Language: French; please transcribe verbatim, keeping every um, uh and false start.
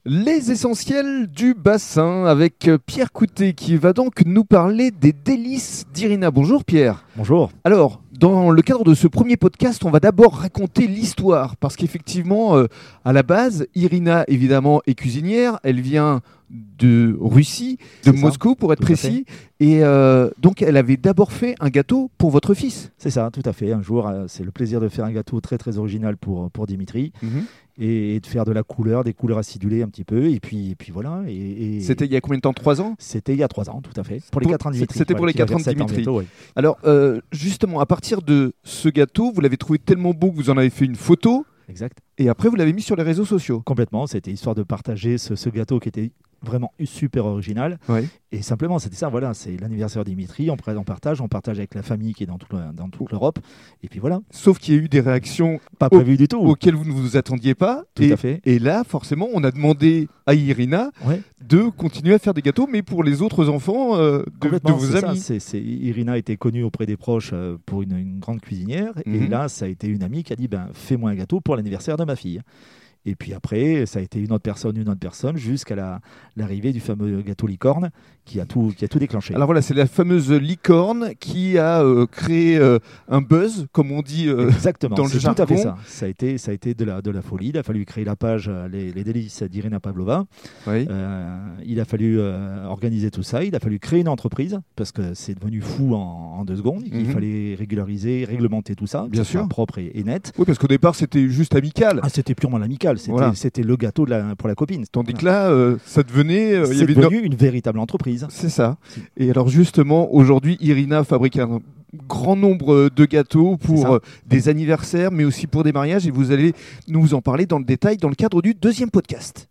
Les essentiels du bassin avec Pierre Coutet qui va donc nous parler des délices d'Irina. Bonjour Pierre. Bonjour. Alors, dans le cadre de ce premier podcast, on va d'abord raconter l'histoire parce qu'effectivement, euh, à la base, Irina évidemment est cuisinière. Elle vient de Russie, de C'est Moscou ça, pour être tout à précis. Et euh, donc, elle avait d'abord fait un gâteau pour votre fils. C'est ça, tout à fait. Un jour, euh, c'est le plaisir de faire un gâteau très très original pour, pour Dimitri Mmh. et, et de faire de la couleur, des couleurs acidulées un petit peu. Et puis, et puis voilà. Et, et C'était il y a combien de temps? Trois ans? C'était il y a trois ans, tout à fait. Pour les Pour- quatre ans de Dimitri. c'était pour voilà, les qui va quatre ans de faire sept Dimitri. bientôt, oui. Alors, euh, justement, à partir de ce gâteau, vous l'avez trouvé tellement beau que vous en avez fait une photo Exact. et après vous l'avez mis sur les réseaux sociaux. Complètement. C'était histoire de partager ce, ce gâteau qui était vraiment super original. Oui. Et simplement, c'était ça. Voilà, c'est l'anniversaire de Dimitri. On, pré- on partage, on partage avec la famille qui est dans, tout le- dans toute l'Europe. Et puis voilà, Sauf qu'il y a eu des réactions pas Oh, prévu du tout. auxquelles vous ne vous attendiez pas. Tout et, à fait. et là, forcément, on a demandé à Irina Ouais. de continuer à faire des gâteaux, mais pour les autres enfants euh, de, de Complètement, vos c'est ça. amis. C'est- c'est- Irina était connue auprès des proches euh, pour une, une grande cuisinière. Et Mhm. là, ça a été une amie qui a dit ben, fais-moi un gâteau pour l'anniversaire de ma fille. Et puis après, ça a été une autre personne, une autre personne, jusqu'à la- l'arrivée du fameux gâteau licorne qui a tout, qui a tout déclenché. Alors voilà, c'est la fameuse licorne qui a euh, créé euh, un buzz, comme on dit. euh, Exactement, dans le c'est tout à fait jargon. ça. Ça a été, ça a été de la, de la folie. Il a fallu créer la page euh, Les, les délices d'Irina Pavlova. oui. Euh, il a fallu euh, organiser tout ça. Il a fallu créer une entreprise parce que c'est devenu fou en, en deux secondes. Il Mhm. fallait régulariser, réglementer tout ça, Bien que ce soit sûr. propre et, et net. Oui, parce qu'au départ, c'était juste amical. Ah, c'était purement l'amical. C'était, Voilà. c'était le gâteau de la- pour la copine. Tandis que là, euh, ça devenait. euh, il y c'est avait une- devenu une véritable entreprise. C'est ça. Et alors justement, aujourd'hui, Irina fabrique un grand nombre de gâteaux C'est pour ça. euh, des anniversaires, mais aussi pour des mariages. Et vous allez nous en parler dans le détail dans le cadre du deuxième podcast.